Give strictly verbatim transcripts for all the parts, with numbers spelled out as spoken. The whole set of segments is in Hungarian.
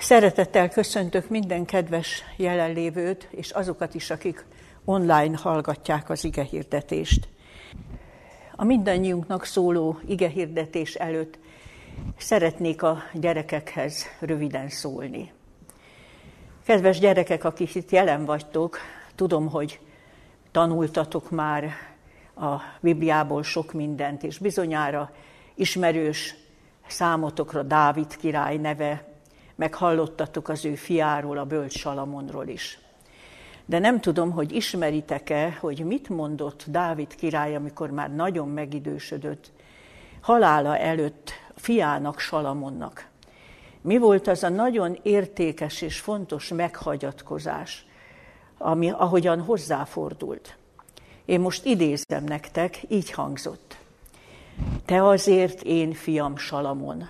Szeretettel köszöntök minden kedves jelenlévőt, és azokat is, akik online hallgatják az igehirdetést. A mindannyiunknak szóló igehirdetés előtt szeretnék a gyerekekhez röviden szólni. Kedves gyerekek, akik itt jelen vagytok, tudom, hogy tanultatok már a Bibliából sok mindent, és bizonyára ismerős számotokra Dávid király neve, meg hallottatok az ő fiáról, a bölcs Salamonról is. De nem tudom, hogy ismeritek-e, hogy mit mondott Dávid király, amikor már nagyon megidősödött, halála előtt fiának, Salamonnak. Mi volt az a nagyon értékes és fontos meghagyatkozás, ami ahogyan hozzáfordult. Én most idézem nektek, így hangzott. Te azért, én fiam Salamon,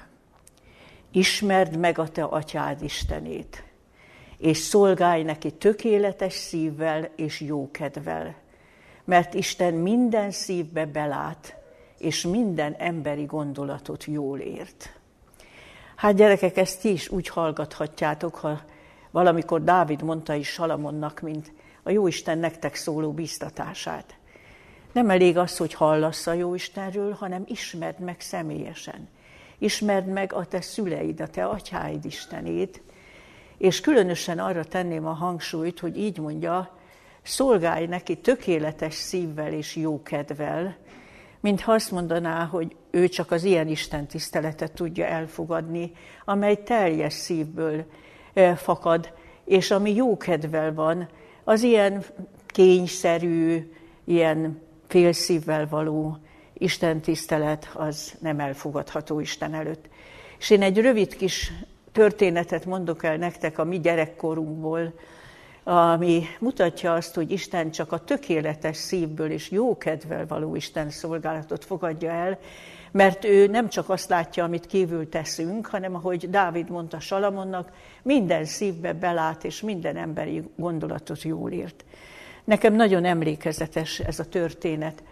ismerd meg a te atyád Istenét, és szolgálj neki tökéletes szívvel és jókedvel, mert Isten minden szívbe belát, és minden emberi gondolatot jól ért. Hát gyerekek, ezt ti is úgy hallgathatjátok, ha valamikor Dávid mondta is Salamonnak, mint a Jóisten nektek szóló bíztatását. Nem elég az, hogy hallasz a Jóistenről, hanem ismerd meg személyesen. Ismerd meg a te szüleid, a te atyáid Istenét, és különösen arra tenném a hangsúlyt, hogy így mondja, szolgálj neki tökéletes szívvel és jókedvel, mintha azt mondaná, hogy ő csak az ilyen Isten tiszteletet tudja elfogadni, amely teljes szívből fakad, és ami jókedvel van, az ilyen kényszerű, ilyen félszívvel való Isten tisztelet, az nem elfogadható Isten előtt. És én egy rövid kis történetet mondok el nektek a mi gyerekkorunkból, ami mutatja azt, hogy Isten csak a tökéletes szívből és jókedvel való Isten szolgálatot fogadja el, mert ő nem csak azt látja, amit kívül teszünk, hanem ahogy Dávid mondta Salamonnak, minden szívbe belát és minden emberi gondolatot jól ért. Nekem nagyon emlékezetes ez a történet.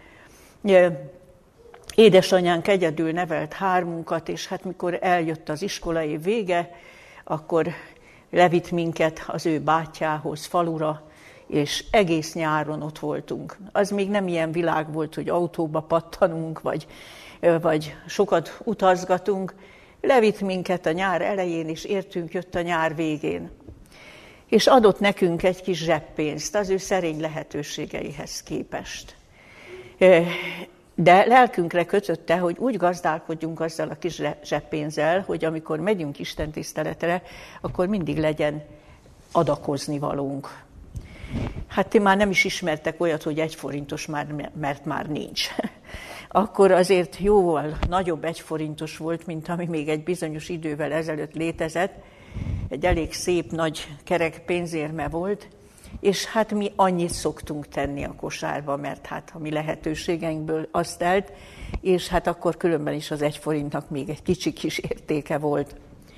Édesanyánk egyedül nevelt hármunkat, és hát mikor eljött az iskolai vége, akkor levitt minket az ő bátyjához, falura, és egész nyáron ott voltunk. Az még nem ilyen világ volt, hogy autóba pattanunk, vagy, vagy sokat utazgatunk. Levitt minket a nyár elején, és értünk jött a nyár végén. És adott nekünk egy kis zseppénzt az ő szerény lehetőségeihez képest. De lelkünkre kötötte, hogy úgy gazdálkodjunk azzal a kis zseppénzzel, hogy amikor megyünk istentiszteletre, akkor mindig legyen adakozni valónk. Hát ti már nem is ismertek olyat, hogy egy forintos már, mert már nincs. Akkor azért jóval nagyobb egy forintos volt, mint ami még egy bizonyos idővel ezelőtt létezett. Egy elég szép nagy kerek pénzérme volt, és hát mi annyit szoktunk tenni a kosárba, mert hát a mi lehetőségeinkből azt telt, és hát akkor különben is az egy forintnak még egy kicsi kis értéke volt.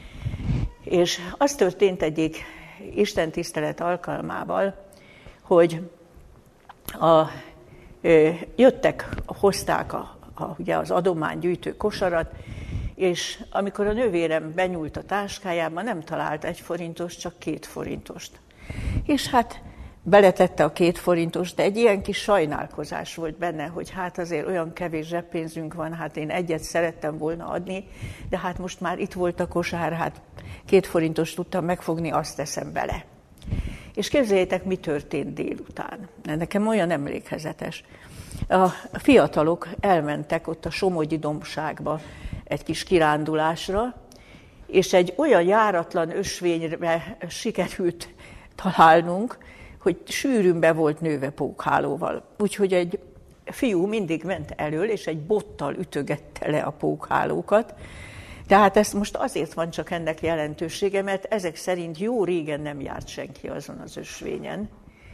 És az történt egyik istentisztelet alkalmával, hogy a, jöttek, hozták a, a, ugye az adománygyűjtő kosarat, és amikor a nővérem benyúlt a táskájába, nem talált egy forintos, csak két forintost. És hát beletette a két forintos, de egy ilyen kis sajnálkozás volt benne, hogy hát azért olyan kevés zseppénzünk van, hát én egyet szerettem volna adni, de hát most már itt volt a kosár, hát két forintos tudtam megfogni, azt teszem bele. És képzeljétek, mi történt délután. Nekem olyan emlékezetes. A fiatalok elmentek ott a Somogyi dombságba egy kis kirándulásra, és egy olyan járatlan ösvényre sikerült találnunk, hogy sűrűn be volt nőve pókhálóval. Úgyhogy egy fiú mindig ment elől, és egy bottal ütögette le a pókhálókat. Tehát ez most azért van csak ennek jelentősége, mert ezek szerint jó régen nem járt senki azon az ösvényen.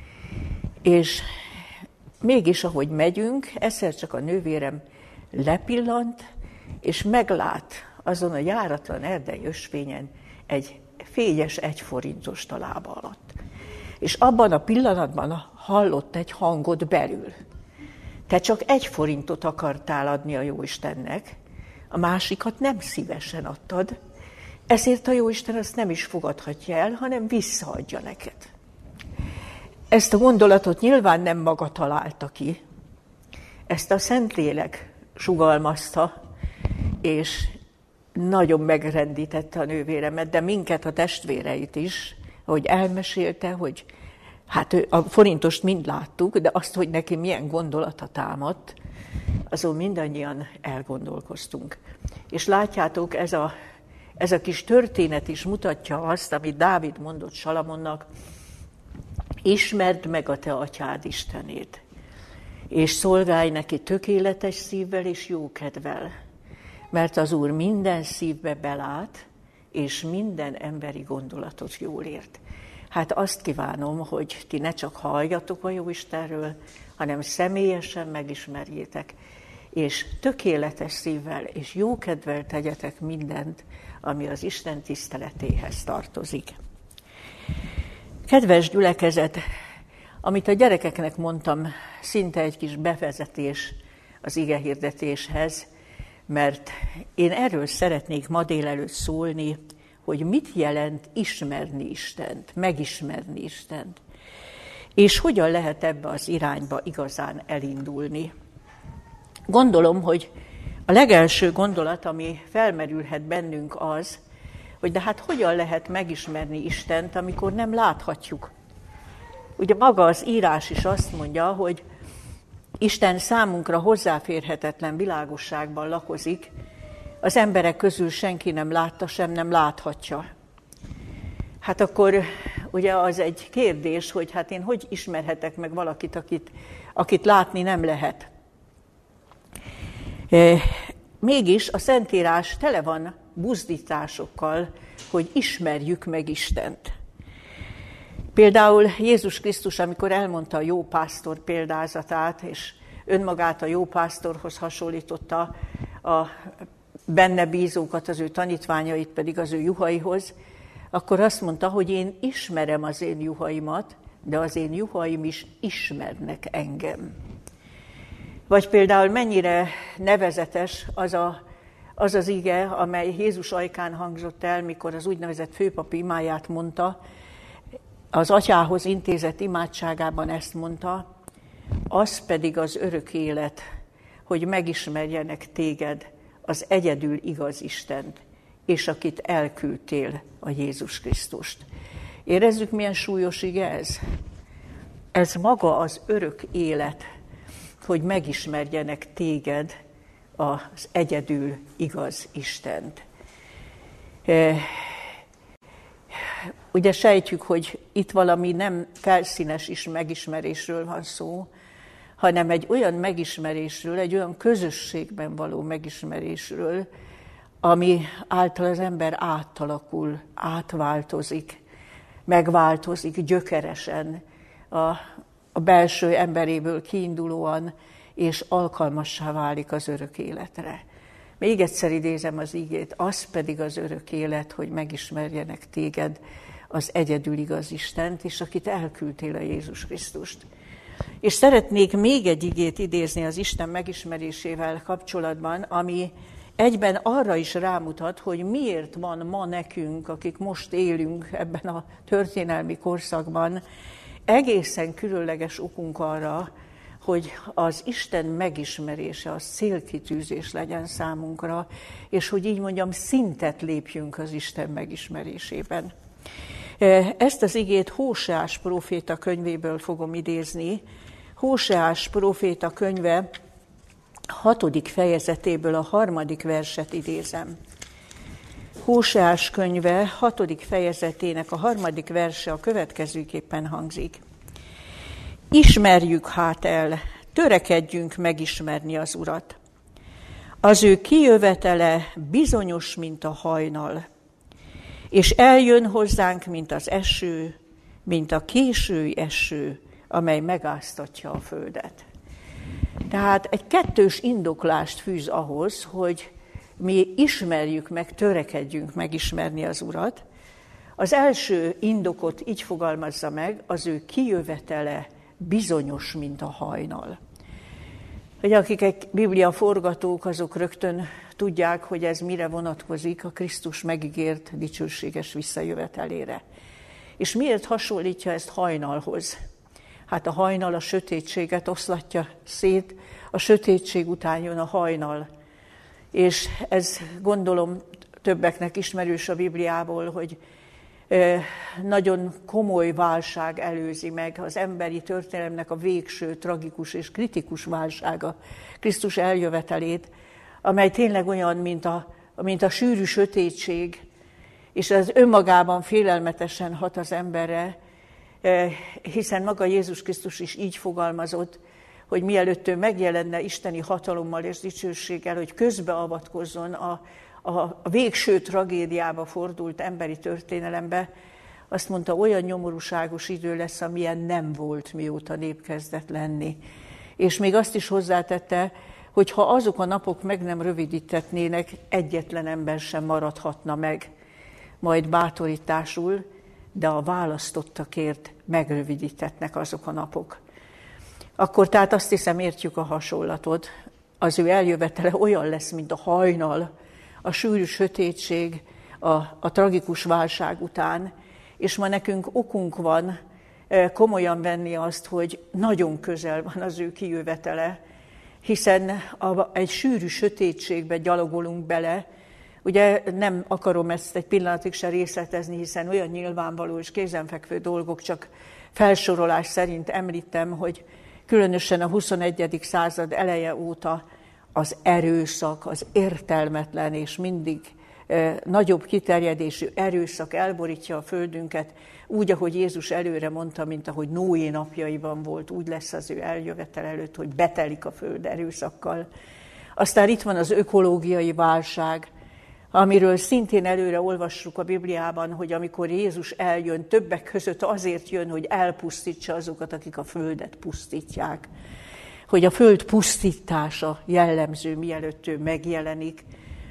És mégis, ahogy megyünk, egyszer csak a nővérem lepillant, és meglát azon a járatlan erdei ösvényen egy fényes egyforintost a lába alatt. És abban a pillanatban hallott egy hangot belül. Te csak egy forintot akartál adni a Jóistennek, a másikat nem szívesen adtad, ezért a Jóisten azt nem is fogadhatja el, hanem visszaadja neked. Ezt a gondolatot nyilván nem maga találta ki, ezt a Szentlélek sugalmazta, és nagyon megrendítette a nővéremet, de minket, a testvéreit is, hogy elmesélte, hogy hát a forintost mind láttuk, de azt, hogy neki milyen gondolata támadt, azon mindannyian elgondolkoztunk. És látjátok, ez a, ez a kis történet is mutatja azt, amit Dávid mondott Salamonnak, ismerd meg a te atyád Istenét, és szolgálj neki tökéletes szívvel és jókedvel, mert az Úr minden szívbe belát, és minden emberi gondolatot jól ért. Hát azt kívánom, hogy ti ne csak halljatok a Jóistenről, hanem személyesen megismerjétek, és tökéletes szívvel és jókedvel tegyetek mindent, ami az Isten tiszteletéhez tartozik. Kedves gyülekezet, amit a gyerekeknek mondtam, szinte egy kis bevezetés az igehirdetéshez, mert én erről szeretnék ma délelőtt szólni, hogy mit jelent ismerni Istent, megismerni Istent, és hogyan lehet ebbe az irányba igazán elindulni. Gondolom, hogy a legelső gondolat, ami felmerülhet bennünk az, hogy de hát hogyan lehet megismerni Istent, amikor nem láthatjuk. Ugye maga az írás is azt mondja, hogy Isten számunkra hozzáférhetetlen világosságban lakozik, az emberek közül senki nem látta, sem nem láthatja. Hát akkor ugye az egy kérdés, hogy hát én hogy ismerhetek meg valakit, akit, akit látni nem lehet. E, mégis a Szentírás tele van buzdításokkal, hogy ismerjük meg Istent. Például Jézus Krisztus, amikor elmondta a jó pásztor példázatát, és önmagát a jó pásztorhoz hasonlította, a benne bízókat, az ő tanítványait pedig az ő juhaihoz, akkor azt mondta, hogy én ismerem az én juhaimat, de az én juhaim is ismernek engem. Vagy például mennyire nevezetes az a, az, az ige, amely Jézus ajkán hangzott el, mikor az úgynevezett főpap imáját mondta, az atyához intézett imádságában ezt mondta, az pedig az örök élet, hogy megismerjenek téged, az egyedül igaz Istent, és akit elküldtél, a Jézus Krisztust. Érezzük, milyen súlyos ige ez? Ez maga az örök élet, hogy megismerjenek téged, az egyedül igaz Istent. Ugye sejtjük, hogy itt valami nem felszínes is megismerésről van szó, hanem egy olyan megismerésről, egy olyan közösségben való megismerésről, ami által az ember átalakul, átváltozik, megváltozik gyökeresen a, a belső emberéből kiindulóan, és alkalmassá válik az örök életre. Még egyszer idézem az igét, az pedig az örök élet, hogy megismerjenek téged, az egyedül igaz Istent, és akit elküldtél, a Jézus Krisztust. És szeretnék még egy igét idézni az Isten megismerésével kapcsolatban, ami egyben arra is rámutat, hogy miért van ma nekünk, akik most élünk ebben a történelmi korszakban, egészen különleges okunk arra, hogy az Isten megismerése, az célkitűzés legyen számunkra, és hogy így mondjam, szintet lépjünk az Isten megismerésében. Ezt az igét Hóseás próféta könyvéből fogom idézni. Hóseás próféta könyve hatodik fejezetéből a harmadik verset idézem. Hóseás könyve hatodik fejezetének a harmadik verse a következőképpen hangzik. Ismerjük hát el, törekedjünk megismerni az Urat. Az ő kijövetele bizonyos, mint a hajnal, és eljön hozzánk, mint az eső, mint a késői eső, amely megáztatja a földet. Tehát egy kettős indoklást fűz ahhoz, hogy mi ismerjük meg, törekedjünk megismerni az Urat. Az első indokot így fogalmazza meg, az ő kijövetele bizonyos, mint a hajnal. Hogy akik egy Biblia forgatók, azok rögtön tudják, hogy ez mire vonatkozik, a Krisztus megígért dicsőséges visszajövetelére. És miért hasonlítja ezt hajnalhoz? Hát a hajnal a sötétséget oszlatja szét, a sötétség után jön a hajnal. És ez gondolom többeknek ismerős a Bibliából, hogy nagyon komoly válság előzi meg az emberi történelemnek a végső, tragikus és kritikus válsága, Krisztus eljövetelét, amely tényleg olyan, mint a, mint a sűrű sötétség, és ez önmagában félelmetesen hat az emberre, hiszen maga Jézus Krisztus is így fogalmazott, hogy mielőtt ő megjelenne isteni hatalommal és dicsőséggel, hogy közbeavatkozzon a, a, a végső tragédiába fordult emberi történelembe, azt mondta, olyan nyomorúságos idő lesz, amilyen nem volt, mióta nép kezdett lenni. És még azt is hozzátette, hogy ha azok a napok meg nem rövidítetnének, egyetlen ember sem maradhatna meg, majd bátorításul, de a választottakért megrövidítetnek azok a napok. Akkor tehát azt hiszem, értjük a hasonlatot. Az ő eljövetele olyan lesz, mint a hajnal, a sűrű sötétség, a, a tragikus válság után, és ma nekünk okunk van komolyan venni azt, hogy nagyon közel van az ő kijövetele, hiszen a, egy sűrű sötétségbe gyalogolunk bele. Ugye nem akarom ezt egy pillanatig se részletezni, hiszen olyan nyilvánvaló és kézenfekvő dolgok, csak felsorolás szerint említem, hogy különösen a huszonegyedik század eleje óta az erőszak, az értelmetlen és mindig eh, nagyobb kiterjedésű erőszak elborítja a földünket, úgy, ahogy Jézus előre mondta, mint ahogy Noé napjaiban volt, úgy lesz az ő eljövetel előtt, hogy betelik a föld erőszakkal. Aztán itt van az ökológiai válság, amiről szintén előre olvassuk a Bibliában, hogy amikor Jézus eljön, többek között azért jön, hogy elpusztítsa azokat, akik a földet pusztítják. Hogy a föld pusztítása jellemző, mielőtt ő megjelenik.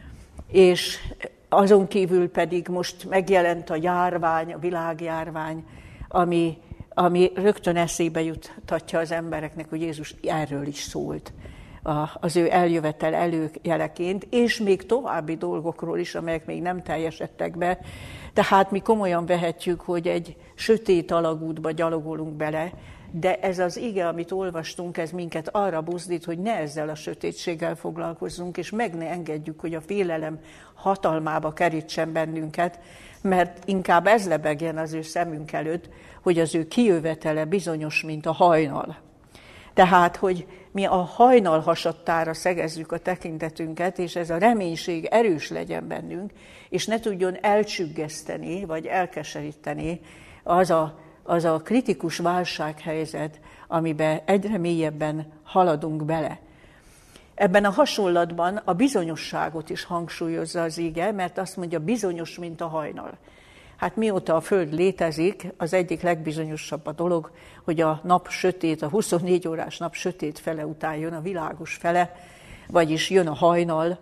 És azon kívül pedig most megjelent a járvány, a világjárvány, ami, ami rögtön eszébe juttatja az embereknek, hogy Jézus erről is szólt az ő eljövetel előjeleként, és még további dolgokról is, amelyek még nem teljesedtek be. Tehát mi komolyan vehetjük, hogy egy sötét alagútba gyalogolunk bele, de ez az ige, amit olvastunk, ez minket arra buzdít, hogy ne ezzel a sötétséggel foglalkozzunk, és meg ne engedjük, hogy a félelem hatalmába kerítsen bennünket, mert inkább ez lebegjen az ő szemünk előtt, hogy az ő kijövetele bizonyos, mint a hajnal. Tehát, hogy mi a hajnal hasadtára szegezzük a tekintetünket, és ez a reménység erős legyen bennünk, és ne tudjon elcsüggeszteni, vagy elkeseríteni az a, az a kritikus válsághelyzet, amiben egyre mélyebben haladunk bele. Ebben a hasonlatban a bizonyosságot is hangsúlyozza az ige, mert azt mondja, bizonyos, mint a hajnal. Hát mióta a Föld létezik, az egyik legbizonyosabb a dolog, hogy a nap sötét, a huszonnégy órás nap sötét fele után jön a világos fele, vagyis jön a hajnal.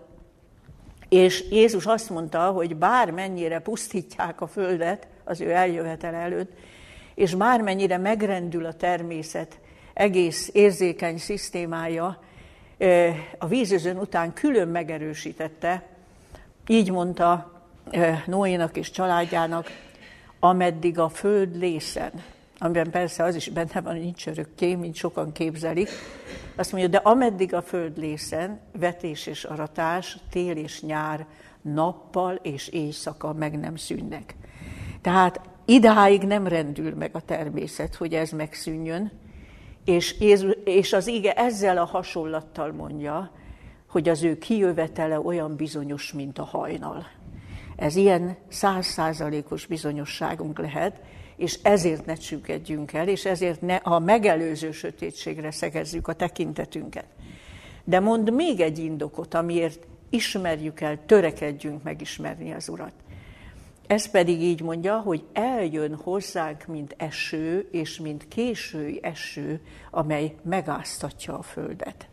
És Jézus azt mondta, hogy bármennyire pusztítják a Földet az ő eljövetele előtt, és bármennyire megrendül a természet egész érzékeny szisztémája, a vízözön után külön megerősítette, így mondta Noénak és családjának, ameddig a föld lészen, amiben persze az is benne van, hogy nincs örökké, mint sokan képzelik, azt mondja, de ameddig a föld lészen, vetés és aratás, tél és nyár, nappal és éjszaka meg nem szűnnek. Tehát idáig nem rendül meg a természet, hogy ez megszűnjön, és, Jézus, és az ige ezzel a hasonlattal mondja, hogy az ő kijövetele olyan bizonyos, mint a hajnal. Ez ilyen száz százalékos bizonyosságunk lehet, és ezért ne csüggedjünk el, és ezért ne a megelőző sötétségre szegezzük a tekintetünket. De mond még egy indokot, amiért ismerjük el, törekedjünk megismerni az Urat. Ez pedig így mondja, hogy eljön hozzánk, mint eső, és mint késői eső, amely megáztatja a földet.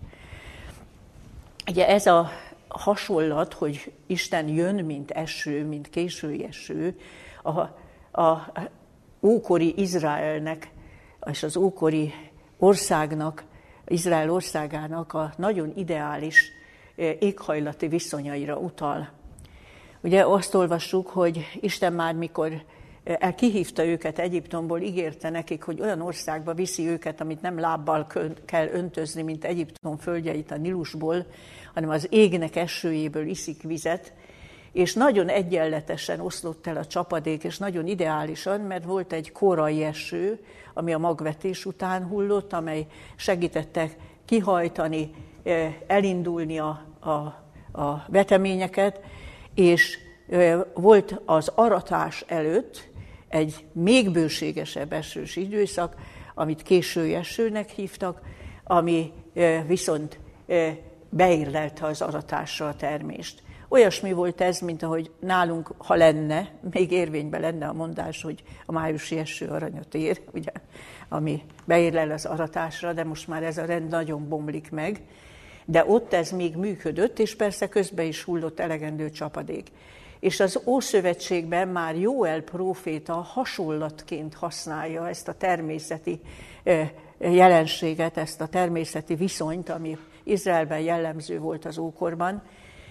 Ugye ez a hasonlat, hogy Isten jön, mint eső, mint késői eső, a, a ókori Izraelnek és az ókori országnak, Izrael országának a nagyon ideális éghajlati viszonyaira utal. Ugye azt olvassuk, hogy Isten már mikor kihívta őket Egyiptomból, ígérte nekik, hogy olyan országba viszi őket, amit nem lábbal kell öntözni, mint Egyiptom földjeit a Nilusból, hanem az égnek esőjéből iszik vizet, és nagyon egyenletesen oszlott el a csapadék, és nagyon ideálisan, mert volt egy korai eső, ami a magvetés után hullott, amely segítette kihajtani, elindulni a, a, a veteményeket, és volt az aratás előtt egy még bőségesebb esős időszak, amit késői esőnek hívtak, ami viszont beérlelte az aratásra a termést. Olyasmi volt ez, mint ahogy nálunk, ha lenne, még érvényben lenne a mondás, hogy a májusi eső aranyat ér, ugye, ami beérlel az aratásra, de most már ez a rend nagyon bomlik meg. De ott ez még működött, és persze közben is hullott elegendő csapadék. És az Ószövetségben már Jóel próféta hasonlatként használja ezt a természeti jelenséget, ezt a természeti viszonyt, ami Izraelben jellemző volt az ókorban.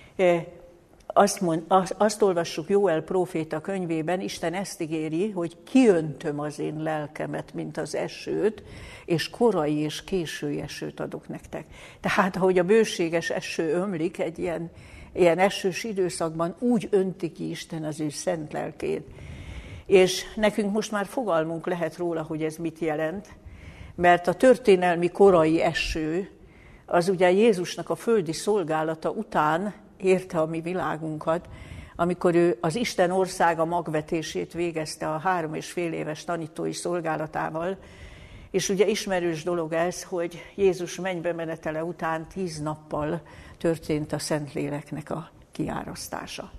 Azt, mond, azt, azt olvassuk Jóel próféta könyvében, Isten ezt ígéri, hogy kiöntöm az én lelkemet, mint az esőt, és korai és késői esőt adok nektek. Tehát, ahogy a bőséges eső ömlik egy ilyen, ilyen esős időszakban, úgy önti ki Isten az ő szent lelkét. És nekünk most már fogalmunk lehet róla, hogy ez mit jelent, mert a történelmi korai eső, az ugye Jézusnak a földi szolgálata után érte a mi világunkat, amikor ő az Isten országa magvetését végezte a három és fél éves tanítói szolgálatával, és ugye ismerős dolog ez, hogy Jézus mennybe menetele után tíz nappal történt a Szentléleknek a kiárasztása.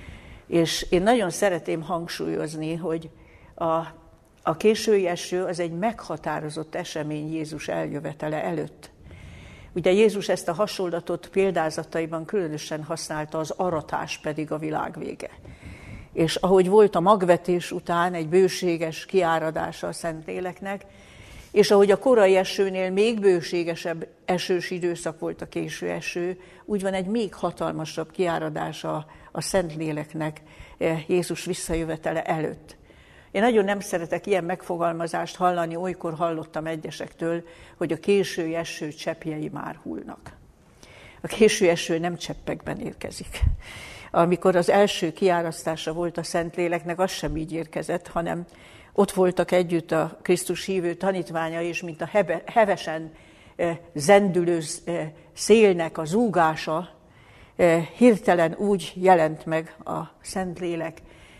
És én nagyon szeretném hangsúlyozni, hogy a, a késői eső az egy meghatározott esemény Jézus eljövetele előtt. Ugye Jézus ezt a hasonlatot példázataiban különösen használta, az aratás pedig a világ vége. És ahogy volt a magvetés után egy bőséges kiáradása a Szentléleknek, és ahogy a korai esőnél még bőségesebb esős időszak volt a késő eső, úgy van egy még hatalmasabb kiáradása a Szentléleknek Jézus visszajövetele előtt. Én nagyon nem szeretek ilyen megfogalmazást hallani, olykor hallottam egyesektől, hogy a késői eső cseppjei már hullnak. A késő eső nem cseppekben érkezik. Amikor az első kiárasztása volt a Szentléleknek, az sem így érkezett, hanem ott voltak együtt a Krisztus hívő tanítványai, és mint a hebe, hevesen zendülő szélnek a zúgása, hirtelen úgy jelent meg a Szentlélek,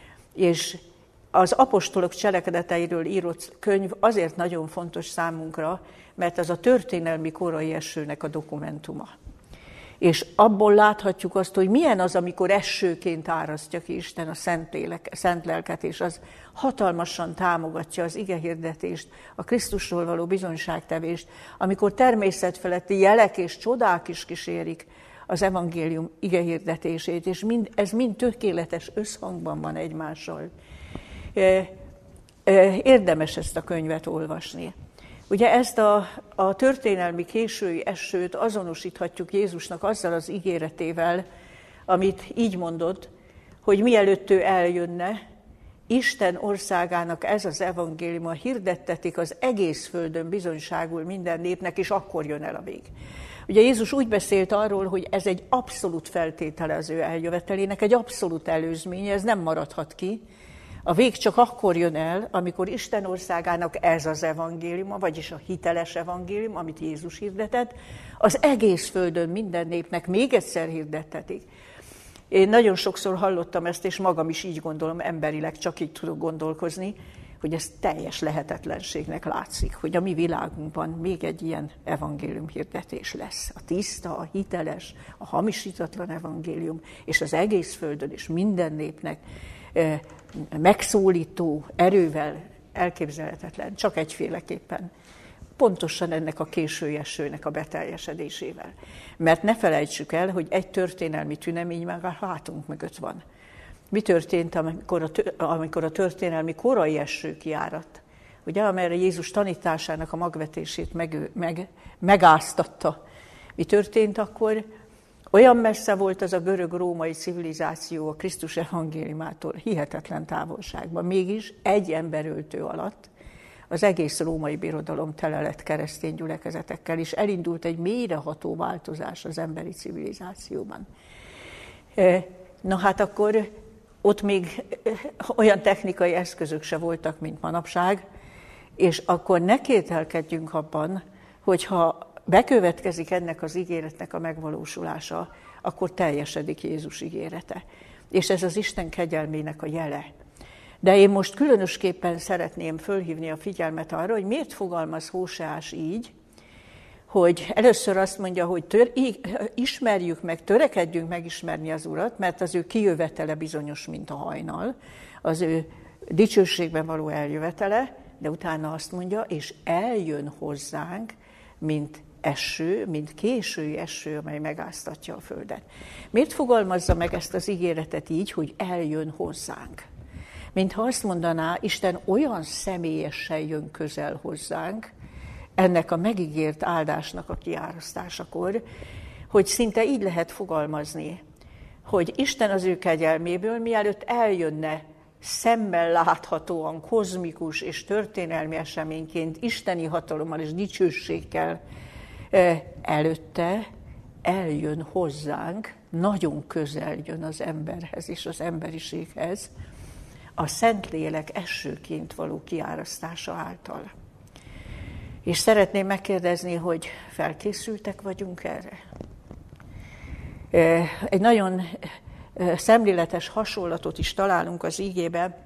és az apostolok cselekedeteiről írott könyv azért nagyon fontos számunkra, mert ez a történelmi korai esőnek a dokumentuma. És abból láthatjuk azt, hogy milyen az, amikor esőként árasztja ki Isten a Szentlélek, szent lelket, és az hatalmasan támogatja az igehirdetést, a Krisztusról való bizonyságtevést, amikor természetfeletti jelek és csodák is kísérik az evangélium igehirdetését, és mind, ez mind tökéletes összhangban van egymással. Érdemes ezt a könyvet olvasni. Ugye ezt a, a történelmi késői esőt azonosíthatjuk Jézusnak azzal az ígéretével, amit így mondott, hogy mielőtt ő eljönne, Isten országának ez az evangéliuma hirdettetik az egész földön bizonyságul minden népnek, és akkor jön el a vég. Ugye Jézus úgy beszélt arról, hogy ez egy abszolút feltétele az ő eljövetelének, egy abszolút előzménye, ez nem maradhat ki. A vég csak akkor jön el, amikor Isten országának ez az evangéliuma, vagyis a hiteles evangélium, amit Jézus hirdetett, az egész földön minden népnek még egyszer hirdettetik. Én nagyon sokszor hallottam ezt, és magam is így gondolom, emberileg csak így tudok gondolkozni, hogy ez teljes lehetetlenségnek látszik, hogy a mi világunkban még egy ilyen evangélium hirdetés lesz. A tiszta, a hiteles, a hamisítatlan evangélium, és az egész földön és minden népnek megszólító erővel elképzelhetetlen, csak egyféleképpen. Pontosan ennek a késői esőnek a beteljesedésével. Mert ne felejtsük el, hogy egy történelmi tünemény már a hátunk mögött van. Mi történt, amikor a, amikor a történelmi korai eső kiáradt? Ugye, amerre Jézus tanításának a magvetését meg, meg, megáztatta. Mi történt akkor? Olyan messze volt az a görög-római civilizáció a Krisztus evangéliumától, hihetetlen távolságban. Mégis egy emberöltő alatt az egész római birodalom tele lett keresztény gyülekezetekkel, és elindult egy mélyreható változás az emberi civilizációban. Na hát akkor ott még olyan technikai eszközök se voltak, mint manapság, és akkor ne kételkedjünk abban, hogyha bekövetkezik ennek az ígéretnek a megvalósulása, akkor teljesedik Jézus ígérete. És ez az Isten kegyelmének a jele. De én most különösképpen szeretném fölhívni a figyelmet arra, hogy miért fogalmaz Hóseás így, hogy először azt mondja, hogy tör, ismerjük meg, törekedjünk megismerni az Urat, mert az ő kijövetele bizonyos, mint a hajnal, az ő dicsőségben való eljövetele, de utána azt mondja, és eljön hozzánk, mint eső, mint késői eső, amely megáztatja a földet. Miért fogalmazza meg ezt az ígéretet így, hogy eljön hozzánk? Mintha azt mondaná, Isten olyan személyesen jön közel hozzánk, ennek a megígért áldásnak a kiárasztásakor, hogy szinte így lehet fogalmazni, hogy Isten az ő kegyelméből, mielőtt eljönne szemmel láthatóan, kozmikus és történelmi eseményként, isteni hatalommal és dicsőséggel, előtte eljön hozzánk, nagyon közel jön az emberhez és az emberiséghez, a Szentlélek esőként való kiárasztása által. És szeretném megkérdezni, hogy felkészültek vagyunk erre? Egy nagyon szemléletes hasonlatot is találunk az ígébe,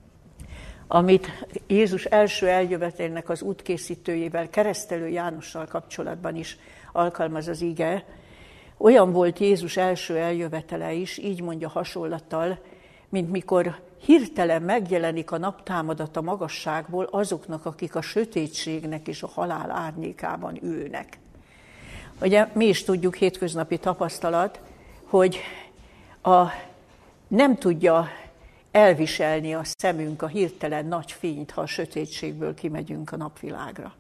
amit Jézus első eljövetélének az útkészítőjével, Keresztelő Jánossal kapcsolatban is alkalmaz az íge. Olyan volt Jézus első eljövetele is, így mondja hasonlattal, mint mikor hirtelen megjelenik a naptámadat a magasságból azoknak, akik a sötétségnek és a halál árnyékában ülnek. Ugye mi is tudjuk, hétköznapi tapasztalat, hogy a, nem tudja elviselni a szemünk a hirtelen nagy fényt, ha a sötétségből kimegyünk a napvilágra.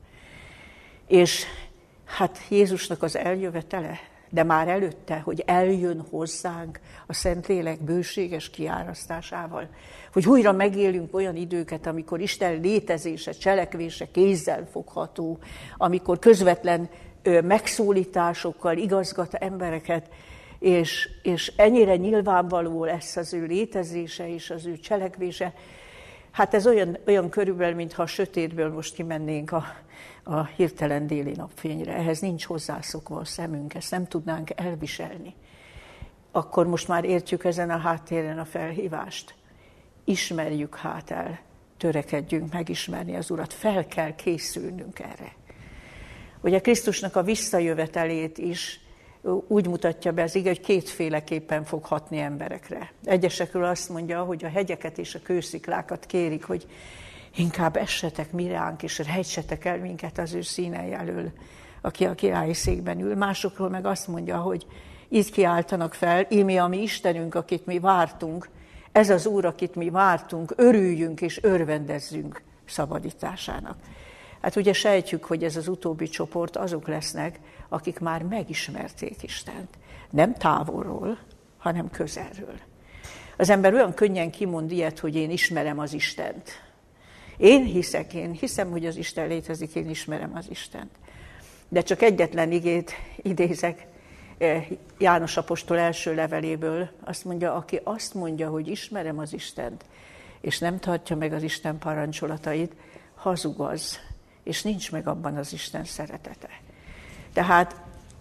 És hát Jézusnak az eljövetele, de már előtte, hogy eljön hozzánk a Szentlélek bőséges kiárasztásával, hogy újra megélünk olyan időket, amikor Isten létezése, cselekvése kézzel fogható, amikor közvetlen megszólításokkal igazgat embereket, és, és ennyire nyilvánvaló lesz az ő létezése és az ő cselekvése. Hát ez olyan, olyan körülbelül, mintha a sötétből most kimennénk a, a hirtelen déli napfényre. Ehhez nincs hozzászokva a szemünk, ezt nem tudnánk elviselni. Akkor most már értjük ezen a háttéren a felhívást. Ismerjük hát el, törekedjünk megismerni az Urat, fel kell készülnünk erre. Ugye Krisztusnak a visszajövetelét is úgy mutatja be az ige, hogy kétféleképpen fog hatni emberekre. Egyesekről azt mondja, hogy a hegyeket és a kősziklákat kérik, hogy inkább essetek mi ránk, és rejtsetek el minket az ő színei elől, aki a királyi székben ül. Másokról meg azt mondja, hogy így kiáltanak fel, íme a mi Istenünk, akit mi vártunk, ez az Úr, akit mi vártunk, örüljünk és örvendezzünk szabadításának. Hát ugye sejtjük, hogy ez az utóbbi csoport azok lesznek, akik már megismerték Istent. Nem távolról, hanem közelről. Az ember olyan könnyen kimond ilyet, hogy én ismerem az Istent. Én hiszek, én hiszem, hogy az Isten létezik, én ismerem az Istent. De csak egyetlen igét idézek János apostol első leveléből. Azt mondja, aki azt mondja, hogy ismerem az Istent, és nem tartja meg az Isten parancsolatait, hazug az, és nincs meg abban az Isten szeretete. Tehát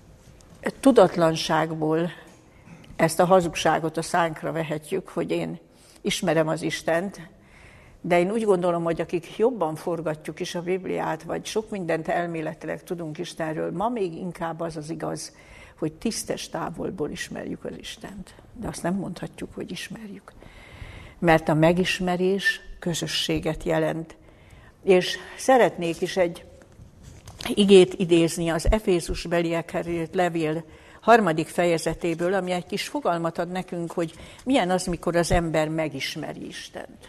tudatlanságból ezt a hazugságot a szánkra vehetjük, hogy én ismerem az Istent, de én úgy gondolom, hogy akik jobban forgatjuk is a Bibliát, vagy sok mindent elméletileg tudunk Istenről, ma még inkább az az igaz, hogy tisztes távolból ismerjük az Istent. De azt nem mondhatjuk, hogy ismerjük. Mert a megismerés közösséget jelent. És szeretnék is egy igét idézni az Efézusbeliekhez írt levél harmadik fejezetéből, ami egy kis fogalmat ad nekünk, hogy milyen az, mikor az ember megismeri Istent.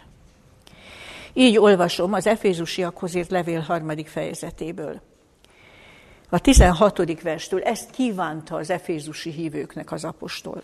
Így olvasom az Efézusiakhoz írt levél harmadik fejezetéből. A tizenhatodik verstől ezt kívánta az efézusi hívőknek az apostol.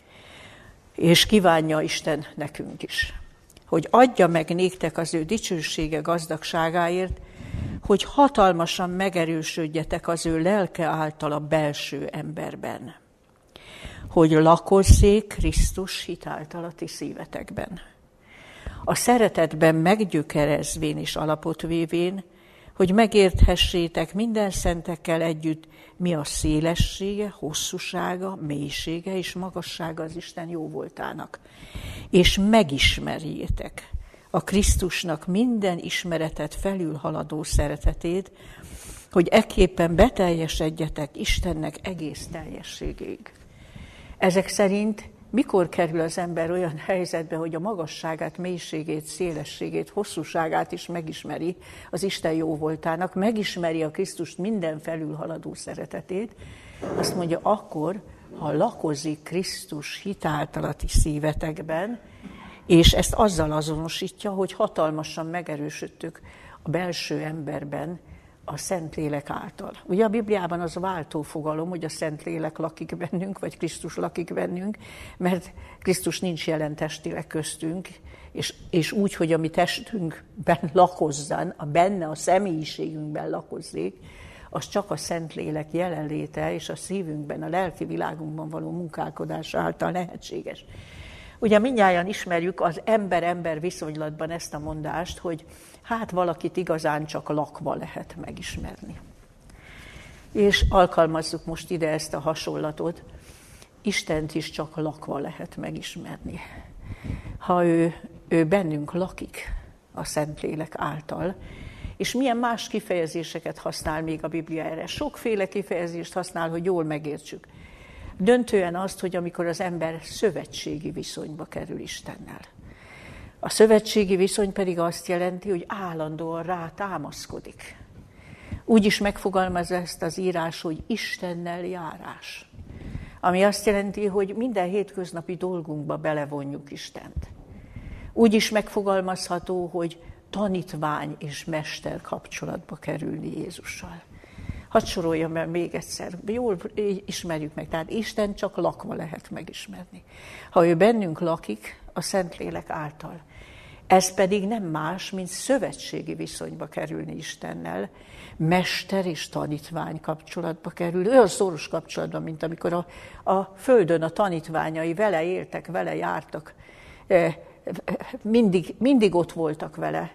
És kívánja Isten nekünk is, hogy adja meg néktek az ő dicsősége gazdagságáért, hogy hatalmasan megerősödjetek az ő lelke által a belső emberben, hogy lakozzék Krisztus hit által a ti szívetekben. A szeretetben meggyökerezvén és alapot vévén, hogy megérthessétek minden szentekkel együtt, mi a szélessége, hosszúsága, mélysége és magassága az Isten jóvoltának. És megismerjétek a Krisztusnak minden ismeretet felülhaladó szeretetét, hogy ekképpen beteljesedjetek Istennek egész teljességéig. Ezek szerint mikor kerül az ember olyan helyzetbe, hogy a magasságát, mélységét, szélességét, hosszúságát is megismeri az Isten jóvoltának, megismeri a Krisztust minden felülhaladó szeretetét, azt mondja, akkor, ha lakozik Krisztus hitáltal a ti szívetekben, és ezt azzal azonosítja, hogy hatalmasan megerősödtük a belső emberben a Szentlélek által. Ugye a Bibliában az váltó fogalom, hogy a Szentlélek lakik bennünk, vagy Krisztus lakik bennünk, mert Krisztus nincs jelen testileg köztünk, és, és úgy, hogy a mi testünkben lakozzan, a benne a személyiségünkben lakozzék, az csak a Szentlélek jelenléte és a szívünkben, a lelki világunkban való munkálkodás által lehetséges. Ugye mindnyájan ismerjük az ember-ember viszonylatban ezt a mondást, hogy hát valakit igazán csak lakva lehet megismerni. És alkalmazzuk most ide ezt a hasonlatot, Istent is csak lakva lehet megismerni. Ha ő, ő bennünk lakik a Szentlélek által, és milyen más kifejezéseket használ még a Biblia erre. Sokféle kifejezést használ, hogy jól megértsük. Döntően azt, hogy amikor az ember szövetségi viszonyba kerül Istennel. A szövetségi viszony pedig azt jelenti, hogy állandóan rá támaszkodik. Úgy is megfogalmazza ezt az írás, hogy Istennel járás. Ami azt jelenti, hogy minden hétköznapi dolgunkba belevonjuk Istent. Úgy is megfogalmazható, hogy tanítvány és mester kapcsolatba kerülni Jézussal. Hadd soroljam el még egyszer, jól ismerjük meg, tehát Isten csak lakva lehet megismerni. Ha ő bennünk lakik, a Szentlélek által. Ez pedig nem más, mint szövetségi viszonyba kerülni Istennel, mester és tanítvány kapcsolatba kerül, olyan szoros kapcsolatban, mint amikor a, a földön a tanítványai vele éltek, vele jártak, mindig, mindig ott voltak vele.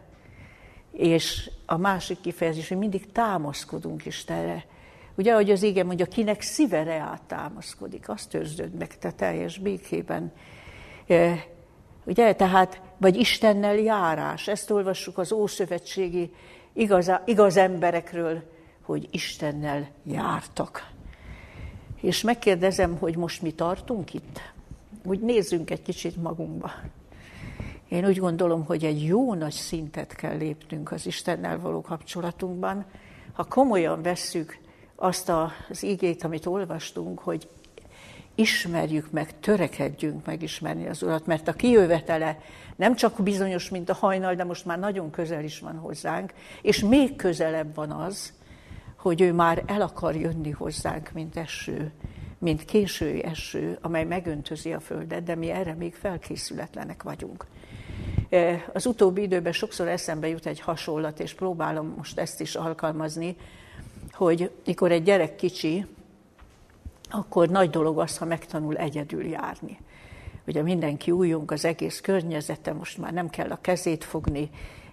És a másik kifejezés, hogy mindig támaszkodunk Istenre. Ugye, ahogy az ége mondja, kinek szíve reát támaszkodik, azt őrzöd meg te teljes békében. E, ugye, tehát, vagy Istennel járás, ezt olvassuk az ószövetségi igaz, igaz emberekről, hogy Istennel jártak. És megkérdezem, hogy most mi tartunk itt? Úgy nézzünk egy kicsit magunkba. Én úgy gondolom, hogy egy jó nagy szintet kell lépnünk az Istennel való kapcsolatunkban, ha komolyan vesszük azt az igét, amit olvastunk, hogy ismerjük meg, törekedjünk megismerni az Urat, mert a kijövetele nem csak bizonyos, mint a hajnal, de most már nagyon közel is van hozzánk, és még közelebb van az, hogy ő már el akar jönni hozzánk, mint eső, mint késői eső, amely megöntözi a földet, de mi erre még felkészületlenek vagyunk. Az utóbbi időben sokszor eszembe jut egy hasonlat, és próbálom most ezt is alkalmazni, hogy mikor egy gyerek kicsi, akkor nagy dolog az, ha megtanul egyedül járni. Ugye mindenki újjong, az egész környezete, most már nem kell a kezét fogni,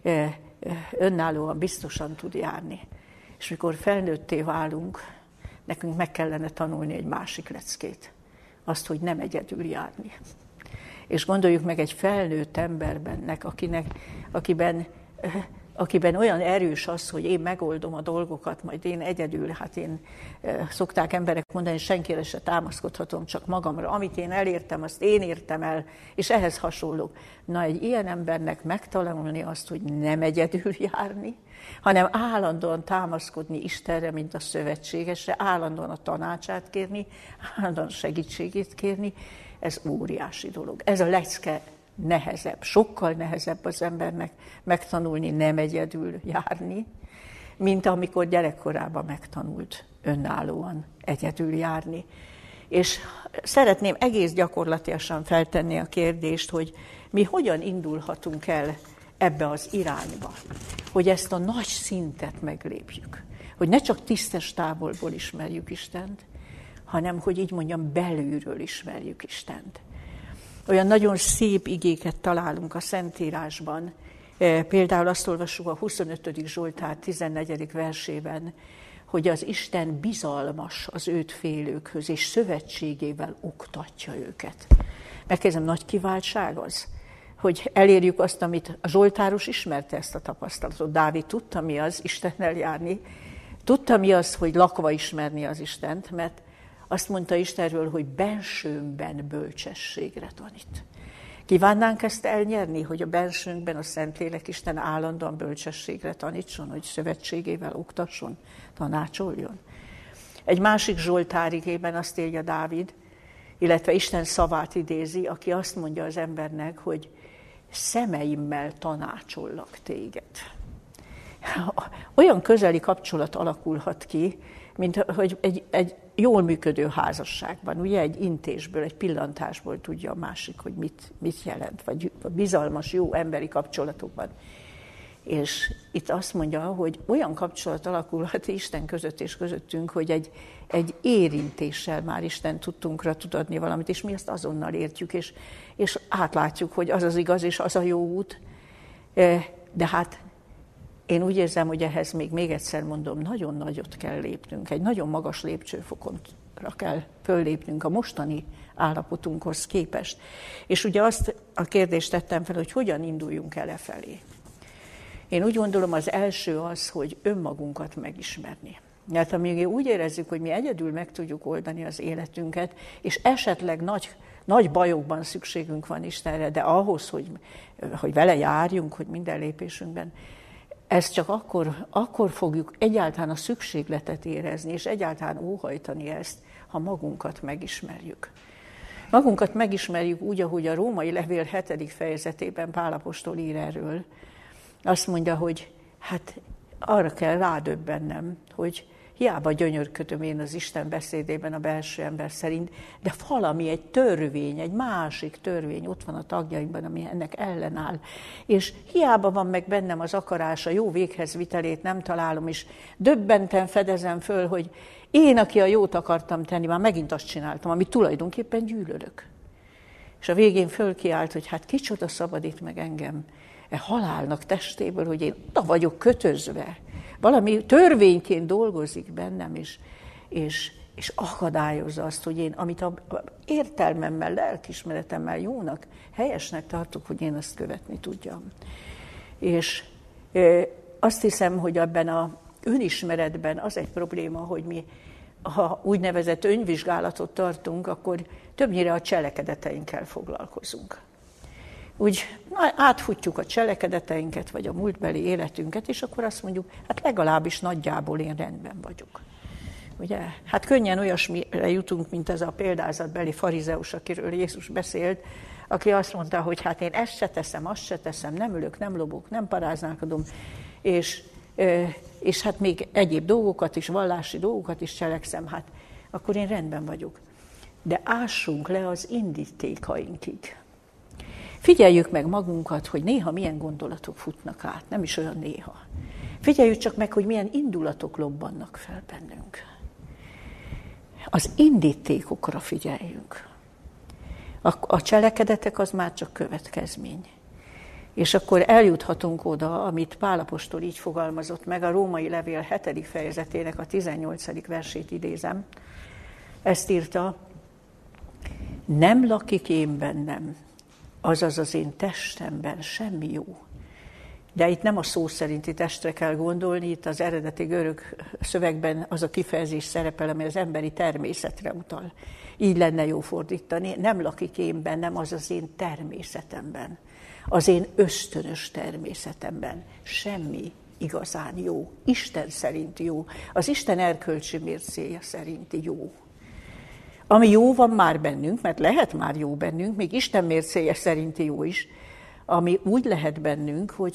önállóan biztosan tud járni. És mikor felnőtté válunk, nekünk meg kellene tanulni egy másik leckét. Azt, hogy nem egyedül járni. És gondoljuk meg egy felnőtt emberbennek, akinek, akiben, akiben olyan erős az, hogy én megoldom a dolgokat, majd én egyedül, hát én szokták emberek mondani, senkire se támaszkodhatom, csak magamra. Amit én elértem, azt én értem el, és ehhez hasonló. Na, egy ilyen embernek megtalálni azt, hogy nem egyedül járni, hanem állandóan támaszkodni Istenre, mint a szövetségesre, állandóan a tanácsát kérni, állandóan segítségét kérni, ez óriási dolog. Ez a lecke nehezebb, sokkal nehezebb az embernek megtanulni nem egyedül járni, mint amikor gyerekkorában megtanult önállóan egyedül járni. És szeretném egész gyakorlatilag feltenni a kérdést, hogy mi hogyan indulhatunk el ebbe az irányba, hogy ezt a nagy szintet meglépjük. Hogy ne csak tisztes távolból ismerjük Istent, hanem, hogy így mondjam, belülről ismerjük Istent. Olyan nagyon szép igéket találunk a Szentírásban. Például azt olvassuk a huszonötödik Zsoltár tizennegyedik versében, hogy az Isten bizalmas az őt félőkhöz, és szövetségével oktatja őket. Megkérdezem, nagy kiváltság az, hogy elérjük azt, amit a zsoltáros ismerte ezt a tapasztalatot. Dávid tudta, mi az Istennel járni, tudta, mi az, hogy lakva ismerni az Istent, mert azt mondta Istenről, hogy bensőmben bölcsességre tanít. Kívánnánk ezt elnyerni, hogy a bensőnkben a Szentlélek Isten állandóan bölcsességre tanítson, hogy szövetségével oktasson, tanácsoljon. Egy másik zsoltárigében azt írja Dávid, illetve Isten szavát idézi, aki azt mondja az embernek, hogy szemeimmel tanácsollak téged. Olyan közeli kapcsolat alakulhat ki, mint hogy egy, egy jól működő házasságban, ugye egy intésből, egy pillantásból tudja a másik, hogy mit, mit jelent, vagy bizalmas, jó emberi kapcsolatokban. És itt azt mondja, hogy olyan kapcsolat alakulhat Isten között és közöttünk, hogy egy, egy érintéssel már Isten tudtunkra tud adni valamit, és mi ezt azonnal értjük, és, és átlátjuk, hogy az az igaz, és az a jó út. De hát én úgy érzem, hogy ehhez még, még egyszer mondom, nagyon nagyot kell lépnünk, egy nagyon magas lépcsőfokonra kell föllépnünk a mostani állapotunkhoz képest. És ugye azt a kérdést tettem fel, hogy hogyan induljunk el e felé. Én úgy gondolom, az első az, hogy önmagunkat megismerni. Mert amíg úgy érezzük, hogy mi egyedül meg tudjuk oldani az életünket, és esetleg nagy, nagy bajokban szükségünk van Istenre, de ahhoz, hogy, hogy vele járjunk, hogy minden lépésünkben, ezt csak akkor, akkor fogjuk egyáltalán a szükségletet érezni, és egyáltalán óhajtani ezt, ha magunkat megismerjük. Magunkat megismerjük úgy, ahogy a római levél hetedik fejezetében Pál apostol ír erről. Azt mondja, hogy hát arra kell rádöbbennem, hogy hiába gyönyörködöm én az Isten beszédében a belső ember szerint, de valami, egy törvény, egy másik törvény ott van a tagjaimban, ami ennek ellenáll. És hiába van meg bennem az akarás, a jó véghez vitelét nem találom, és döbbenten fedezem föl, hogy én, aki a jót akartam tenni, már megint azt csináltam, amit tulajdonképpen gyűlölök. És a végén fölkiált, hogy hát kicsoda szabadít meg engem e halálnak testéből, hogy én oda vagyok kötözve. Valami törvényként dolgozik bennem, és, és, és akadályozza azt, hogy én, amit a értelmemmel, lelkiismeretemmel jónak, helyesnek tartok, hogy én azt követni tudjam. És e, azt hiszem, hogy ebben az önismeretben az egy probléma, hogy mi, ha úgynevezett önvizsgálatot tartunk, akkor többnyire a cselekedeteinkkel foglalkozunk. Úgy átfutjuk a cselekedeteinket, vagy a múltbeli életünket, és akkor azt mondjuk, hát legalábbis nagyjából én rendben vagyok. Ugye? Hát könnyen olyasmire jutunk, mint ez a példázatbeli farizeus, akiről Jézus beszélt, aki azt mondta, hogy hát én ezt se teszem, azt se teszem, nem ülök, nem lobok, nem paráználkodom, és, és hát még egyéb dolgokat is, vallási dolgokat is cselekszem, hát akkor én rendben vagyok. De ássunk le az indítékainkig. Figyeljük meg magunkat, hogy néha milyen gondolatok futnak át, nem is olyan néha. Figyeljük csak meg, hogy milyen indulatok lobbannak fel bennünk. Az indítékokra figyeljünk. A, a cselekedetek az már csak következmény. És akkor eljuthatunk oda, amit Pál apostol így fogalmazott meg, a római levél hetedik fejezetének a tizennyolcadik versét idézem. Ezt írta, nem lakik én bennem, azaz az én testemben semmi jó. De itt nem a szó szerinti testre kell gondolni, itt az eredeti görög szövegben az a kifejezés szerepel, ami az emberi természetre utal. Így lenne jó fordítani, nem lakik én bennem, az az én természetemben, az én ösztönös természetemben. Semmi igazán jó, Isten szerint jó, az Isten erkölcsi mércéje szerinti jó. Ami jó van már bennünk, mert lehet már jó bennünk, még Isten mércéje szerinti jó is, ami úgy lehet bennünk, hogy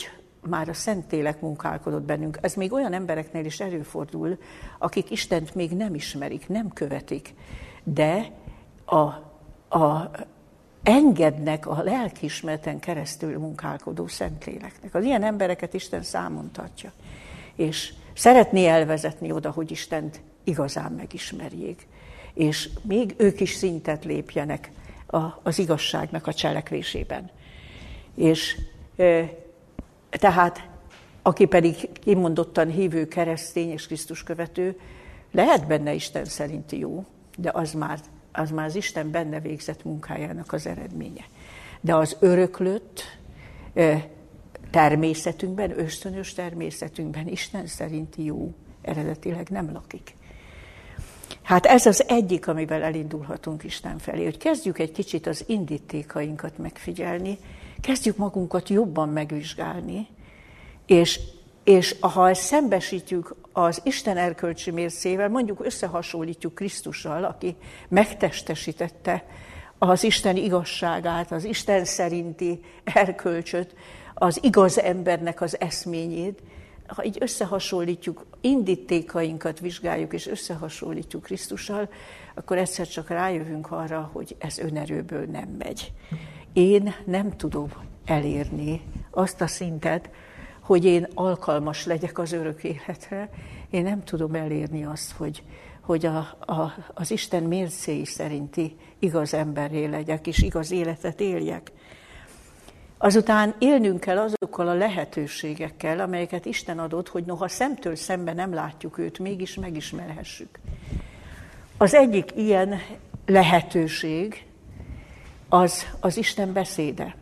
már a Szentlélek munkálkodott bennünk. Ez még olyan embereknél is előfordul, akik Istent még nem ismerik, nem követik, de a, a, engednek a lelkiismereten keresztül munkálkodó Szentléleknek. Az ilyen embereket Isten számon tartja, és szeretné elvezetni oda, hogy Istent igazán megismerjék, és még ők is szintet lépjenek a, az igazságnak a cselekvésében. És e, tehát, aki pedig kimondottan hívő keresztény és Krisztus követő, lehet benne Isten szerinti jó, de az már, az már az Isten benne végzett munkájának az eredménye. De az öröklött e, természetünkben, ösztönös természetünkben Isten szerinti jó eredetileg nem lakik. Hát ez az egyik, amivel elindulhatunk Isten felé, hogy kezdjük egy kicsit az indítékainkat megfigyelni, kezdjük magunkat jobban megvizsgálni, és, és ha ezt szembesítjük az Isten erkölcsi mércével, mondjuk összehasonlítjuk Krisztussal, aki megtestesítette az Isten igazságát, az Isten szerinti erkölcsöt, az igaz embernek az eszményét, ha így összehasonlítjuk, indítékainkat vizsgáljuk, és összehasonlítjuk Krisztussal, akkor egyszer csak rájövünk arra, hogy ez önerőből nem megy. Én nem tudom elérni azt a szintet, hogy én alkalmas legyek az örök életre. Én nem tudom elérni azt, hogy, hogy a, a, az Isten mércéi szerinti igaz emberré legyek, és igaz életet éljek. Azután élnünk kell azokkal a lehetőségekkel, amelyeket Isten adott, hogy noha szemtől szemben nem látjuk őt, mégis megismerhessük. Az egyik ilyen lehetőség az az Isten beszéde.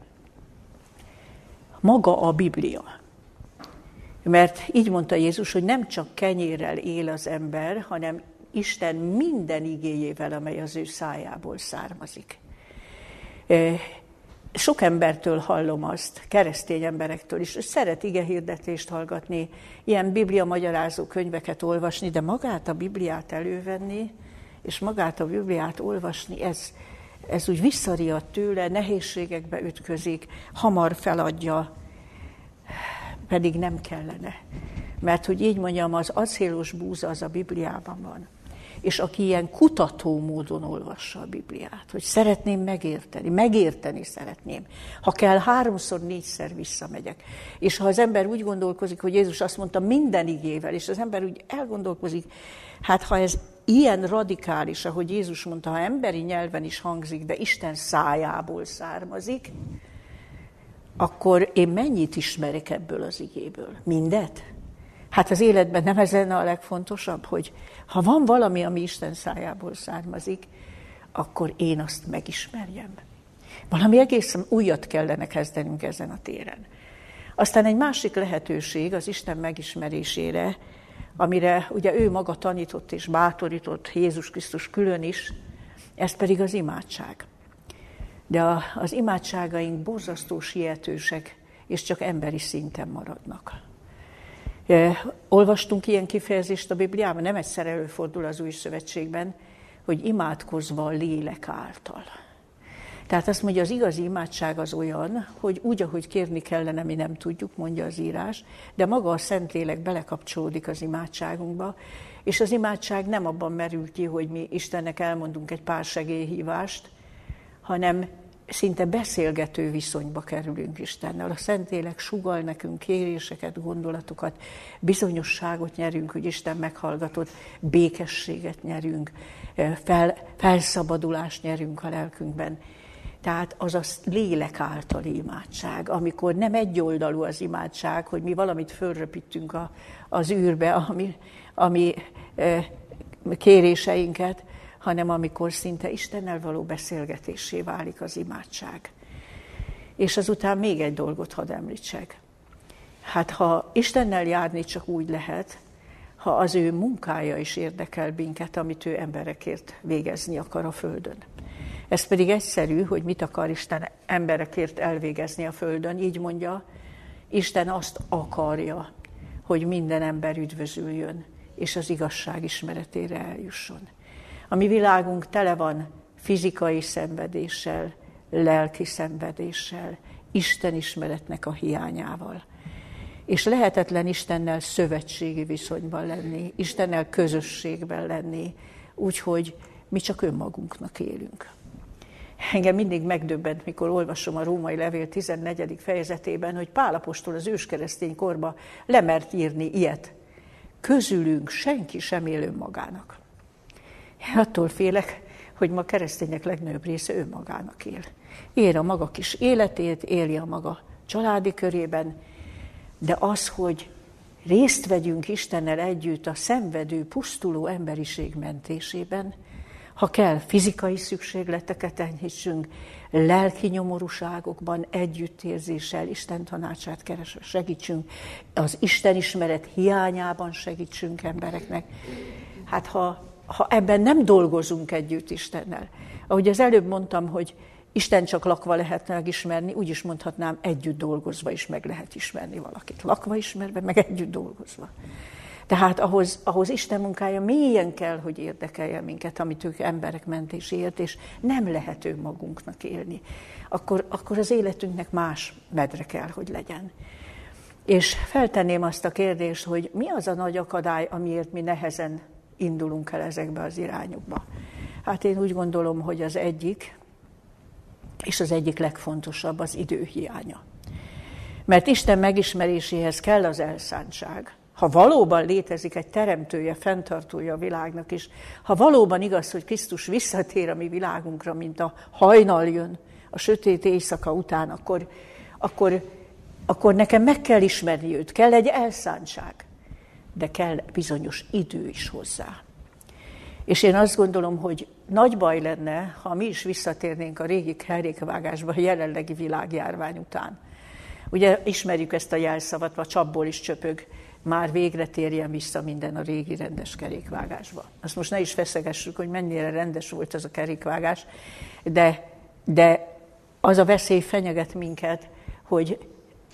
Maga a Biblia. Mert így mondta Jézus, hogy nem csak kenyérrel él az ember, hanem Isten minden igéjével, amely az ő szájából származik. Sok embertől hallom azt, keresztény emberektől is, hogy szeret igehirdetést hallgatni, ilyen Biblia magyarázó könyveket olvasni, de magát a Bibliát elővenni, és magát a Bibliát olvasni, ez, ez úgy visszariad tőle, nehézségekbe ütközik, hamar feladja, pedig nem kellene. Mert hogy így mondjam, az acélos búza az a Bibliában van. És aki ilyen kutató módon olvassa a Bibliát, hogy szeretném megérteni, megérteni szeretném. Ha kell, háromszor, négyszer visszamegyek. És ha az ember úgy gondolkozik, hogy Jézus azt mondta minden igével, és az ember úgy elgondolkozik, hát ha ez ilyen radikális, ahogy Jézus mondta, ha emberi nyelven is hangzik, de Isten szájából származik, akkor én mennyit ismerek ebből az igéből? Mindet? Hát az életben nem ez lenne a legfontosabb, hogy ha van valami, ami Isten szájából származik, akkor én azt megismerjem. Valami egészen újat kellene kezdenünk ezen a téren. Aztán egy másik lehetőség az Isten megismerésére, amire ugye ő maga tanított és bátorított, Jézus Krisztus külön is, ez pedig az imádság. De a, az imádságaink borzasztó sietősek, és csak emberi szinten maradnak. Olvastunk ilyen kifejezést a Bibliában, nem egyszer előfordul az Új Szövetségben, hogy imádkozva a lélek által. Tehát azt mondja, az igazi imádság az olyan, hogy úgy, ahogy kérni kellene, mi nem tudjuk, mondja az írás, de maga a Szentlélek belekapcsolódik az imádságunkba, és az imádság nem abban merül ki, hogy mi Istennek elmondunk egy pár segélyhívást, hanem szinte beszélgető viszonyba kerülünk Istennel. A Szentlélek sugall nekünk kéréseket, gondolatokat, bizonyosságot nyerünk, hogy Isten meghallgatott, békességet nyerünk, fel, felszabadulást nyerünk a lelkünkben. Tehát az a lélek általi imádság, amikor nem egyoldalú az imádság, hogy mi valamit fölröpítünk a, az űrbe, ami, ami e, kéréseinket, hanem amikor szinte Istennel való beszélgetésé válik az imádság. És azután még egy dolgot hadd említsek. Hát ha Istennel járni csak úgy lehet, ha az ő munkája is érdekel minket, amit ő emberekért végezni akar a Földön. Ez pedig egyszerű, hogy mit akar Isten emberekért elvégezni a Földön. Így mondja, Isten azt akarja, hogy minden ember üdvözüljön, és az igazság ismeretére eljusson. A mi világunk tele van fizikai szenvedéssel, lelki szenvedéssel, Isten ismeretnek a hiányával. És lehetetlen Istennel szövetségi viszonyban lenni, Istennel közösségben lenni, úgyhogy mi csak önmagunknak élünk. Engem mindig megdöbbent, mikor olvasom a Római Levél tizennegyedik fejezetében, hogy Pál apostol az őskeresztény korba lemert írni ilyet. Közülünk senki sem él önmagának. Én attól félek, hogy ma a keresztények legnagyobb része önmagának él. Él a maga kis életét, éli a maga családi körében, de az, hogy részt vegyünk Istennel együtt a szenvedő, pusztuló emberiség mentésében, ha kell, fizikai szükségleteket enyhítsünk, lelki nyomorúságokban, együttérzéssel, Isten tanácsát keresve segítsünk, az Istenismeret hiányában segítsünk embereknek. Hát ha, ha ebben nem dolgozunk együtt Istennel, ahogy az előbb mondtam, hogy Isten csak lakva lehet megismerni, úgy is mondhatnám, együtt dolgozva is meg lehet ismerni valakit. Lakva ismerve, meg együtt dolgozva. Tehát ahhoz, ahhoz Isten munkája mélyen kell, hogy érdekelje minket, amit ők emberek mentéséért, és nem lehet önmagunknak élni. Akkor, akkor az életünknek más medre kell, hogy legyen. És feltenném azt a kérdést, hogy mi az a nagy akadály, amiért mi nehezen indulunk el ezekbe az irányokba. Hát én úgy gondolom, hogy az egyik, és az egyik legfontosabb az idő hiánya. Mert Isten megismeréséhez kell az elszántság. Ha valóban létezik egy teremtője, fenntartója a világnak is, ha valóban igaz, hogy Krisztus visszatér a mi világunkra, mint a hajnal jön a sötét éjszaka után, akkor, akkor, akkor nekem meg kell ismerni őt, kell egy elszántság, de kell bizonyos idő is hozzá. És én azt gondolom, hogy nagy baj lenne, ha mi is visszatérnénk a régi kerékvágásba a jelenlegi világjárvány után. Ugye ismerjük ezt a jelszavat, a csapból is csöpög, már végre térjen vissza minden a régi rendes kerékvágásba. Azt most ne is feszegessük, hogy mennyire rendes volt ez a kerékvágás, de, de az a veszély fenyeget minket, hogy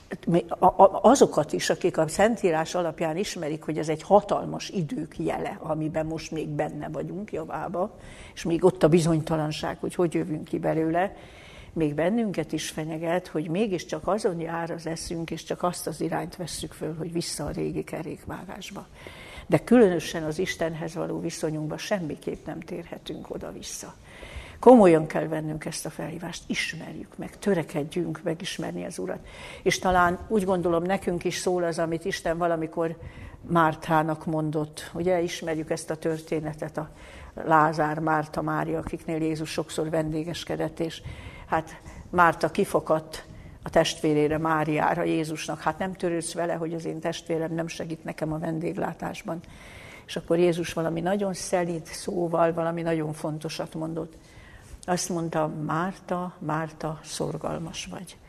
azokat is, akik a Szentírás alapján ismerik, hogy ez egy hatalmas idők jele, amiben most még benne vagyunk javába, és még ott a bizonytalanság, hogy hogy jövünk ki belőle, még bennünket is fenyeget, hogy mégiscsak azon jár az eszünk, és csak azt az irányt vesszük föl, hogy vissza a régi kerékvágásba. De különösen az Istenhez való viszonyunkban semmiképp nem térhetünk oda-vissza. Komolyan kell vennünk ezt a felhívást, ismerjük meg, törekedjünk megismerni az Urat. És talán úgy gondolom, nekünk is szól az, amit Isten valamikor Mártának mondott. Ugye ismerjük ezt a történetet, a Lázár, Márta, Mária, akiknél Jézus sokszor vendégeskedett, és hát Márta kifakadt a testvérére, Máriára, Jézusnak. Hát nem törődsz vele, hogy az én testvérem nem segít nekem a vendéglátásban. És akkor Jézus valami nagyon szelíd szóval, valami nagyon fontosat mondott. Azt mondta, Márta, Márta, szorgalmas vagy.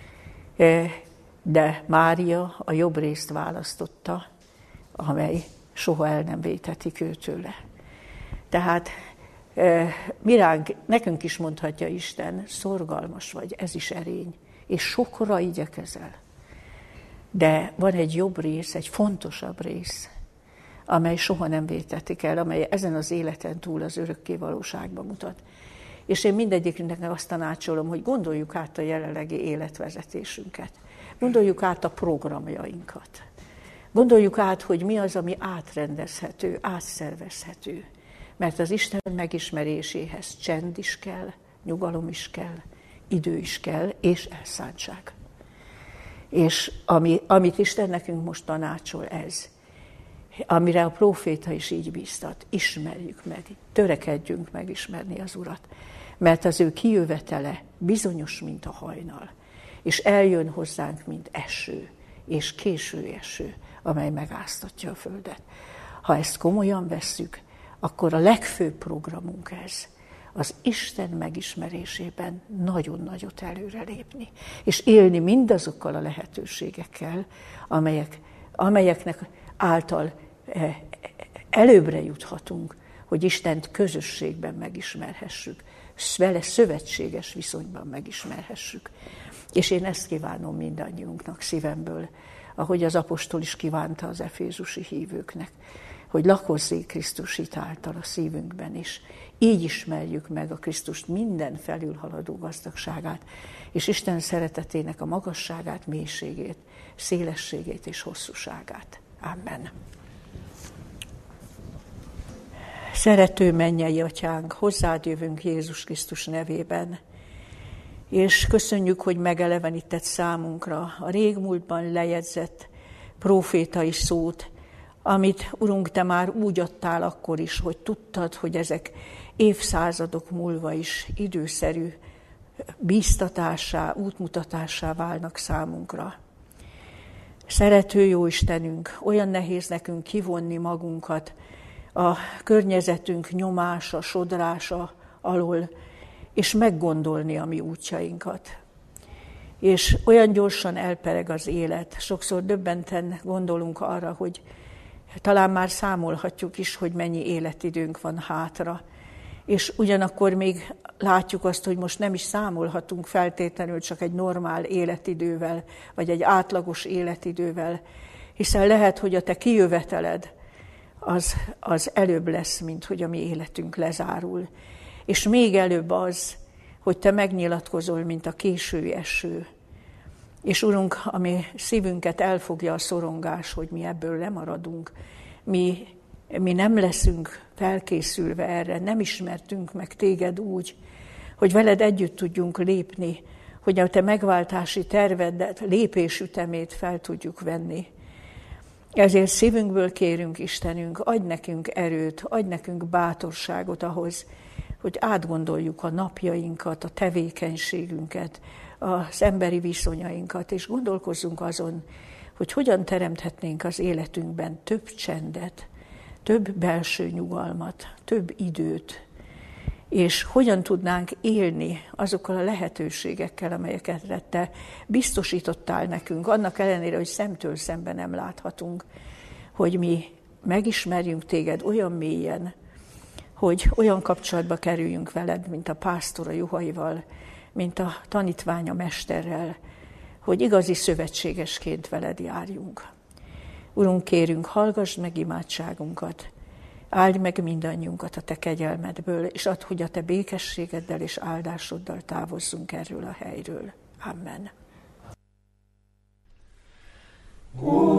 De Mária a jobb részt választotta, amely soha el nem vétetik őtőle. Tehát miránk, nekünk is mondhatja Isten, szorgalmas vagy, ez is erény, és sokra igyekezel. De van egy jobb rész, egy fontosabb rész, amely soha nem vétetik el, amely ezen az életen túl az örökké valóságba mutat. És én mindegyikünknek azt tanácsolom, hogy gondoljuk át a jelenlegi életvezetésünket. Gondoljuk át a programjainkat. Gondoljuk át, hogy mi az, ami átrendezhető, átszervezhető. Mert az Isten megismeréséhez csend is kell, nyugalom is kell, idő is kell, és elszántság. És ami, amit Isten nekünk most tanácsol, ez, amire a próféta is így bíztat, ismerjük meg, törekedjünk megismerni az Urat. Mert az ő kijövetele bizonyos, mint a hajnal, és eljön hozzánk, mint eső, és késő eső, amely megáztatja a földet. Ha ezt komolyan vesszük, akkor a legfőbb programunk ez, az Isten megismerésében nagyon nagyot előrelépni, és élni mindazokkal a lehetőségekkel, amelyek, amelyeknek által előbbre juthatunk, hogy Istent közösségben megismerhessük, vele szövetséges viszonyban megismerhessük. És én ezt kívánom mindannyiunknak szívemből, ahogy az apostol is kívánta az efézusi hívőknek, hogy lakozzék Krisztus hit által a szívünkben is. Így ismerjük meg a Krisztust minden felülhaladó gazdagságát, és Isten szeretetének a magasságát, mélységét, szélességét és hosszúságát. Amen. Szerető mennyei Atyánk, hozzád jövünk Jézus Krisztus nevében, és köszönjük, hogy megelevenített számunkra a régmúltban lejegyzett prófétai szót, amit, Urunk, Te már úgy adtál akkor is, hogy tudtad, hogy ezek évszázadok múlva is időszerű bíztatássá, útmutatássá válnak számunkra. Szerető jó Istenünk, olyan nehéz nekünk kivonni magunkat a környezetünk nyomása, sodrása alól, és meggondolni a mi útjainkat. És olyan gyorsan elpereg az élet, sokszor döbbenten gondolunk arra, hogy talán már számolhatjuk is, hogy mennyi életidőnk van hátra. És ugyanakkor még látjuk azt, hogy most nem is számolhatunk feltétlenül csak egy normál életidővel, vagy egy átlagos életidővel, hiszen lehet, hogy a te kijöveteled az, az előbb lesz, mint hogy a mi életünk lezárul. És még előbb az, hogy te megnyilatkozol, mint a késői eső. És Urunk, ami szívünket elfogja a szorongás, hogy mi ebből lemaradunk, mi, mi nem leszünk felkészülve erre, nem ismertünk meg téged úgy, hogy veled együtt tudjunk lépni, hogy a te megváltási tervedet, lépésütemét fel tudjuk venni. Ezért szívünkből kérünk, Istenünk, adj nekünk erőt, adj nekünk bátorságot ahhoz, hogy átgondoljuk a napjainkat, a tevékenységünket, az emberi viszonyainkat, és gondolkozzunk azon, hogy hogyan teremthetnénk az életünkben több csendet, több belső nyugalmat, több időt, és hogyan tudnánk élni azokkal a lehetőségekkel, amelyeket te biztosítottál nekünk, annak ellenére, hogy szemtől szemben nem láthatunk, hogy mi megismerjünk téged olyan mélyen, hogy olyan kapcsolatba kerüljünk veled, mint a pásztor a juhaival, mint a tanítvány a mesterrel, hogy igazi szövetségesként veled járjunk. Urunk, kérünk, hallgassd meg imádságunkat, áld meg mindannyiunkat a te kegyelmedből, és add, hogy a te békességeddel és áldásoddal távozzunk erről a helyről. Amen.